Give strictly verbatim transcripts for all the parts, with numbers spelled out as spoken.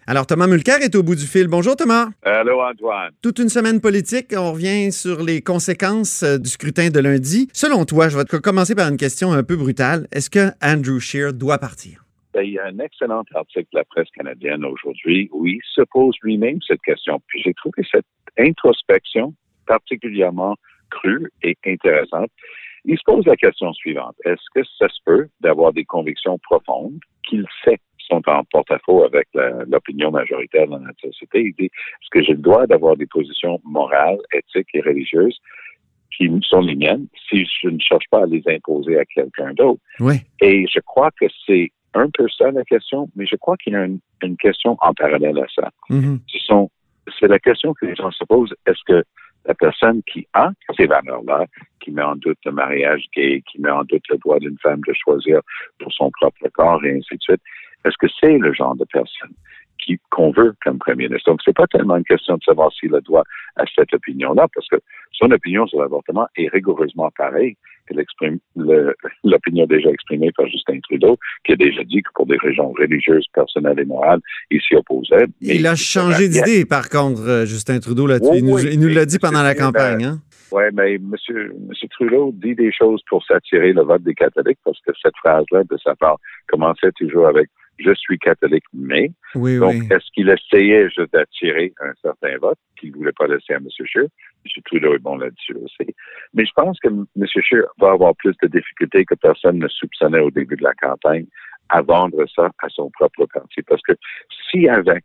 Alors, Thomas Mulcair est au bout du fil. Bonjour, Thomas. Allô, Antoine. Toute une semaine politique. On revient sur les conséquences du scrutin de lundi. Selon toi, je vais te commencer par une question un peu brutale. Est-ce que Andrew Scheer doit partir? Ben, il y a un excellent article de la presse canadienne aujourd'hui où il se pose lui-même cette question. Puis j'ai trouvé cette introspection particulièrement crue et intéressante. Il se pose la question suivante. Est-ce que ça se peut d'avoir des convictions profondes qu'il sait sont en porte-à-faux avec la, l'opinion majoritaire dans notre société? Il dit, est-ce que j'ai le droit d'avoir des positions morales, éthiques et religieuses qui sont les miennes si je ne cherche pas à les imposer à quelqu'un d'autre? Oui. Et je crois que c'est un peu ça la question, mais je crois qu'il y a une, une question en parallèle à ça. Mm-hmm. Ce sont, c'est la question que les gens se posent. Est-ce que la personne qui a ces valeurs-là, qui met en doute le mariage gay, qui met en doute le droit d'une femme de choisir pour son propre corps et ainsi de suite, est-ce que c'est le genre de personne qui, qu'on veut comme premier ministre? Donc, c'est pas tellement une question de savoir s'il a droit à cette opinion-là, parce que son opinion sur l'avortement est rigoureusement pareille que l'exprime, le, l'opinion déjà exprimée par Justin Trudeau, qui a déjà dit que pour des raisons religieuses, personnelles et morales, il s'y opposait. Mais il a changé d'idée, par contre, Justin Trudeau, là-dessus. Oh, il nous, oui, il nous l'a dit pendant la campagne, ben, hein? Oui, mais M. Trudeau dit des choses pour s'attirer le vote des catholiques, parce que cette phrase-là, de sa part, commençait toujours avec « Je suis catholique, mais… » Oui, Donc, oui. est-ce qu'il essayait juste d'attirer un certain vote qu'il ne voulait pas laisser à M. Scheer? M. Trudeau est bon là-dessus aussi. Mais je pense que M. Scheer va avoir plus de difficultés que personne ne soupçonnait au début de la campagne à vendre ça à son propre parti. Parce que si avec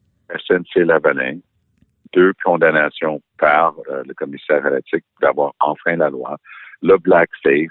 S N C-Lavalin, deux condamnations par euh, le commissaire à l'éthique d'avoir enfreint la loi, le blackface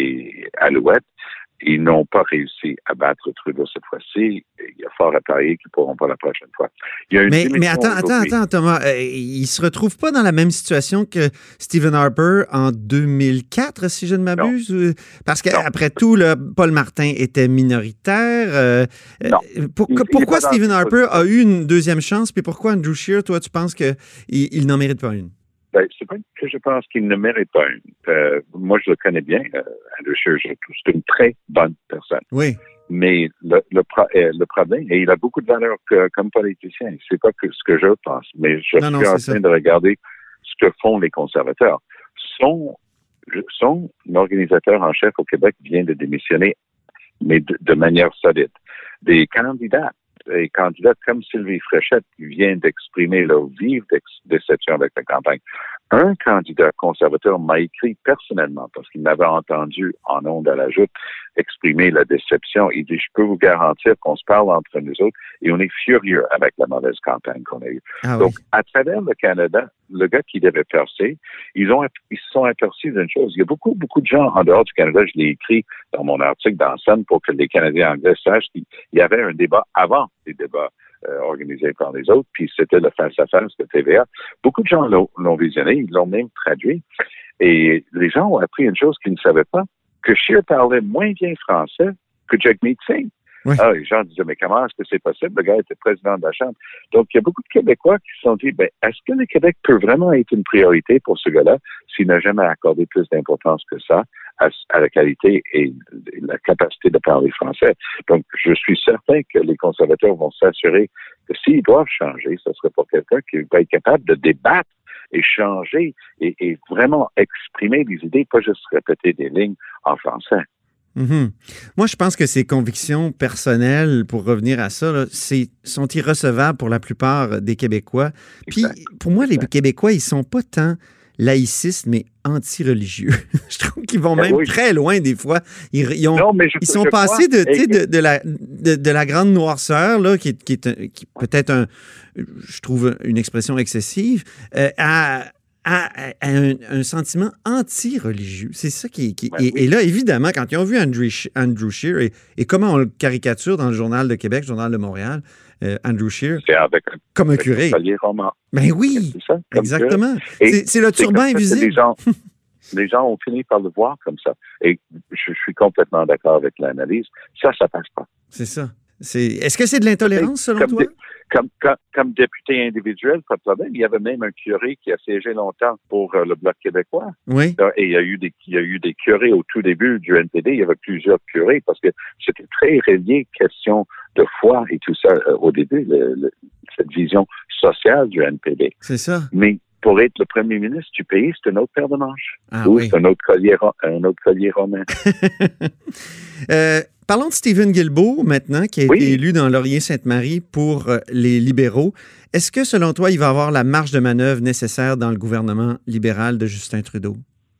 et Alouette, ils n'ont pas réussi à battre Trudeau cette fois-ci. Il y a fort à parier qu'ils ne pourront pas la prochaine fois. Il y a une mais, mais attends, attends, attends, Thomas. Euh, il ne se retrouve pas dans la même situation que Stephen Harper en deux mille quatre, si je ne m'abuse? Non. Parce qu'après tout, là, Paul Martin était minoritaire. Euh, non. Pour, il, pourquoi il Stephen Harper a eu une deuxième chance, puis pourquoi Andrew Scheer, toi, tu penses qu'il il n'en mérite pas une? Ben, c'est pas que je pense qu'il ne mérite pas une. Euh, moi, je le connais bien, euh, Andrew Scheer. C'est une très bonne personne. Oui. Mais le, le, euh, le problème, et il a beaucoup de valeur que, comme politicien. C'est pas que ce que je pense, mais je non, suis non, en train ça. de regarder ce que font les conservateurs. Son, son organisateur en chef au Québec vient de démissionner, mais de, de manière solide. Des candidats. Et candidates comme Sylvie Fréchette vient d'exprimer leur vive déception avec la campagne. Un candidat conservateur m'a écrit personnellement, parce qu'il m'avait entendu en ondes à la joute exprimer la déception. Il dit, je peux vous garantir qu'on se parle entre nous autres et on est furieux avec la mauvaise campagne qu'on a eue. Ah, Donc, oui. à travers le Canada, le gars qui devait percer, ils ont, ils se sont aperçus d'une chose. Il y a beaucoup, beaucoup de gens en dehors du Canada, je l'ai écrit dans mon article dans Sun pour que les Canadiens anglais sachent qu'il y avait un débat avant les débats euh, organisés par les autres, puis c'était le face-à-face de T V A. Beaucoup de gens l'ont, l'ont visionné, ils l'ont même traduit, et les gens ont appris une chose qu'ils ne savaient pas, que Scheer parlait moins bien français que Jagmeet Singh. Oui. Ah, les gens disaient, mais comment est-ce que c'est possible? Le gars était président de la Chambre. Donc, il y a beaucoup de Québécois qui se sont dit, ben, est-ce que le Québec peut vraiment être une priorité pour ce gars-là s'il n'a jamais accordé plus d'importance que ça à, à la qualité et la capacité de parler français? Donc, je suis certain que les conservateurs vont s'assurer que s'ils doivent changer, ce serait pour quelqu'un qui va être capable de débattre et changer et, et vraiment exprimer des idées, pas juste répéter des lignes en français. Mm-hmm. Moi, je pense que ces convictions personnelles, pour revenir à ça, là, c'est, sont irrecevables pour la plupart des Québécois. Puis, pour moi, les Québécois, ils sont pas tant laïcistes, mais anti-religieux. Je trouve qu'ils vont même oui. très loin des fois. Ils, ils, ont, non, mais je, ils sont passés de, et... de, de, la, de, de la grande noirceur, là, qui est, qui est, un, qui est peut-être, un, je trouve, une expression excessive, euh, à... à, à un, un sentiment anti-religieux. C'est ça qui est... Qui, ben, et, oui. et là, évidemment, quand ils ont vu Andrew, Andrew Scheer et, et comment on le caricature dans le Journal de Québec, le Journal de Montréal, euh, Andrew Scheer, avec un, comme un curé. Roman. Ben oui, c'est ça, exactement. C'est, c'est le turban invisible. Les gens, les gens ont fini par le voir comme ça. Et je, je suis complètement d'accord avec l'analyse. Ça, ça passe pas. C'est ça. C'est... Est-ce que c'est de l'intolérance, selon comme toi? Dé- comme, comme, comme député individuel, pas de problème. Il y avait même un curé qui a siégé longtemps pour euh, le Bloc québécois. Oui. Et il y a eu des, il y a eu des curés au tout début du N P D. Il y avait plusieurs curés parce que c'était très relié, question de foi et tout ça euh, au début, le, le, cette vision sociale du N P D. C'est ça. Mais pour être le premier ministre du pays, c'est un autre paire de manches. Ah, Ou oui. c'est un autre collier, un autre collier romain. euh, Parlons de Stephen Guilbeault, maintenant, qui a oui. été élu dans Laurier-Sainte-Marie pour euh, les libéraux. Est-ce que, selon toi, il va avoir la marge de manœuvre nécessaire dans le gouvernement libéral de Justin Trudeau?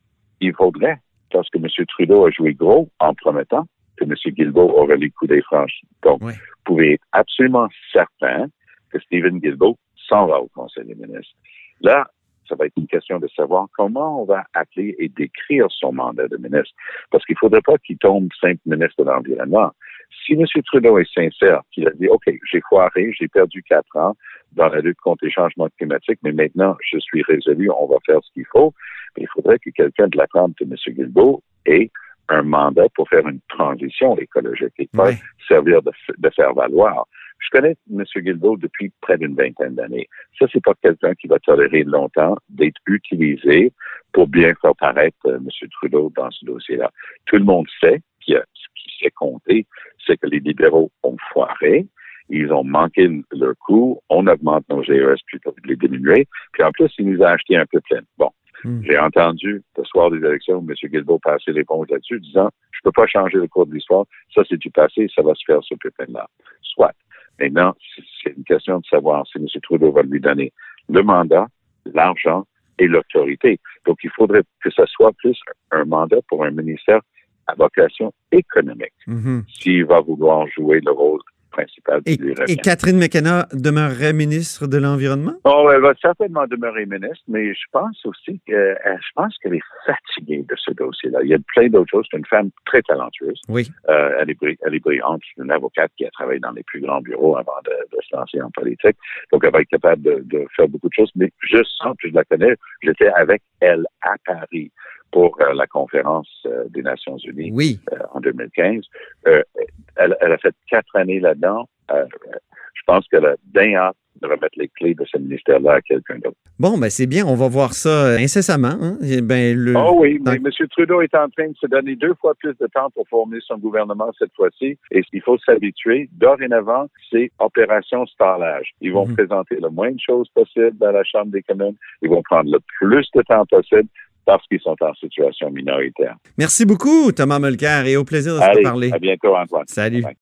Il faudrait, parce que M. Trudeau a joué gros en promettant que M. Guilbeault aurait les coups des franchis. Donc, oui. vous pouvez être absolument certain que Stephen Guilbeault s'en va au Conseil des ministres. Là, ça va être une question de savoir comment on va appeler et décrire son mandat de ministre. Parce qu'il ne faudrait pas qu'il tombe simple ministre de l'Environnement. Si M. Trudeau est sincère, qu'il a dit, OK, j'ai foiré, j'ai perdu quatre ans dans la lutte contre les changements climatiques, mais maintenant, je suis résolu, on va faire ce qu'il faut. Mais il faudrait que quelqu'un de la trempe de M. Guilbeault ait un mandat pour faire une transition écologique et pas oui. servir de, de faire valoir. Je connais M. Guilbeault depuis près d'une vingtaine d'années. Ça, c'est pas quelqu'un qui va tolérer longtemps d'être utilisé pour bien faire paraître euh, M. Trudeau dans ce dossier-là. Tout le monde sait qu'il y a, ce qui s'est compté, c'est que les libéraux ont foiré. Ils ont manqué leur coup. On augmente nos G E S plutôt que de les diminuer. Puis en plus, il nous a acheté un peu plein. Bon. Mm. J'ai entendu, le soir des élections, M. Guilbeault passer l'éponge là-dessus, disant, je peux pas changer le cours de l'histoire. Ça, c'est du passé. Ça va se faire, ce pépin-là. Soit. Maintenant, c'est une question de savoir si M. Trudeau va lui donner le mandat, l'argent et l'autorité. Donc, il faudrait que ce soit plus un mandat pour un ministère à vocation économique. Mm-hmm. S'il va vouloir jouer le rôle principal et, qui lui revient. Et Catherine McKenna demeurerait ministre de l'Environnement? Oh, elle va certainement demeurer ministre, mais je pense aussi que euh, je pense qu'elle est fatiguée de ce dossier-là. Il y a plein d'autres choses. C'est une femme très talentueuse. Oui. Euh, elle, est, elle est brillante. C'est une avocate qui a travaillé dans les plus grands bureaux avant de, de se lancer en politique. Donc, elle va être capable de, de faire beaucoup de choses. Mais je sens que je la connais. J'étais avec elle à Paris pour euh, la conférence euh, des Nations Unies oui. euh, en deux mille quinze. Euh, elle, elle a fait quatre années là-dedans. Euh, je pense qu'elle a bien hâte de remettre les clés de ce ministère-là à quelqu'un d'autre. Bon, ben c'est bien. On va voir ça incessamment. Hein? Ben, le... Oh oui, mais M. Trudeau est en train de se donner deux fois plus de temps pour former son gouvernement cette fois-ci. Et il faut s'habituer. Dorénavant, c'est opération Starlage. Ils vont mm-hmm. présenter le moins de choses possible dans la Chambre des communes. Ils vont prendre le plus de temps possible parce qu'ils sont en situation minoritaire. Merci beaucoup, Thomas Mulcair, et au plaisir de Allez, se parler. À bientôt, Antoine. Salut. Bye.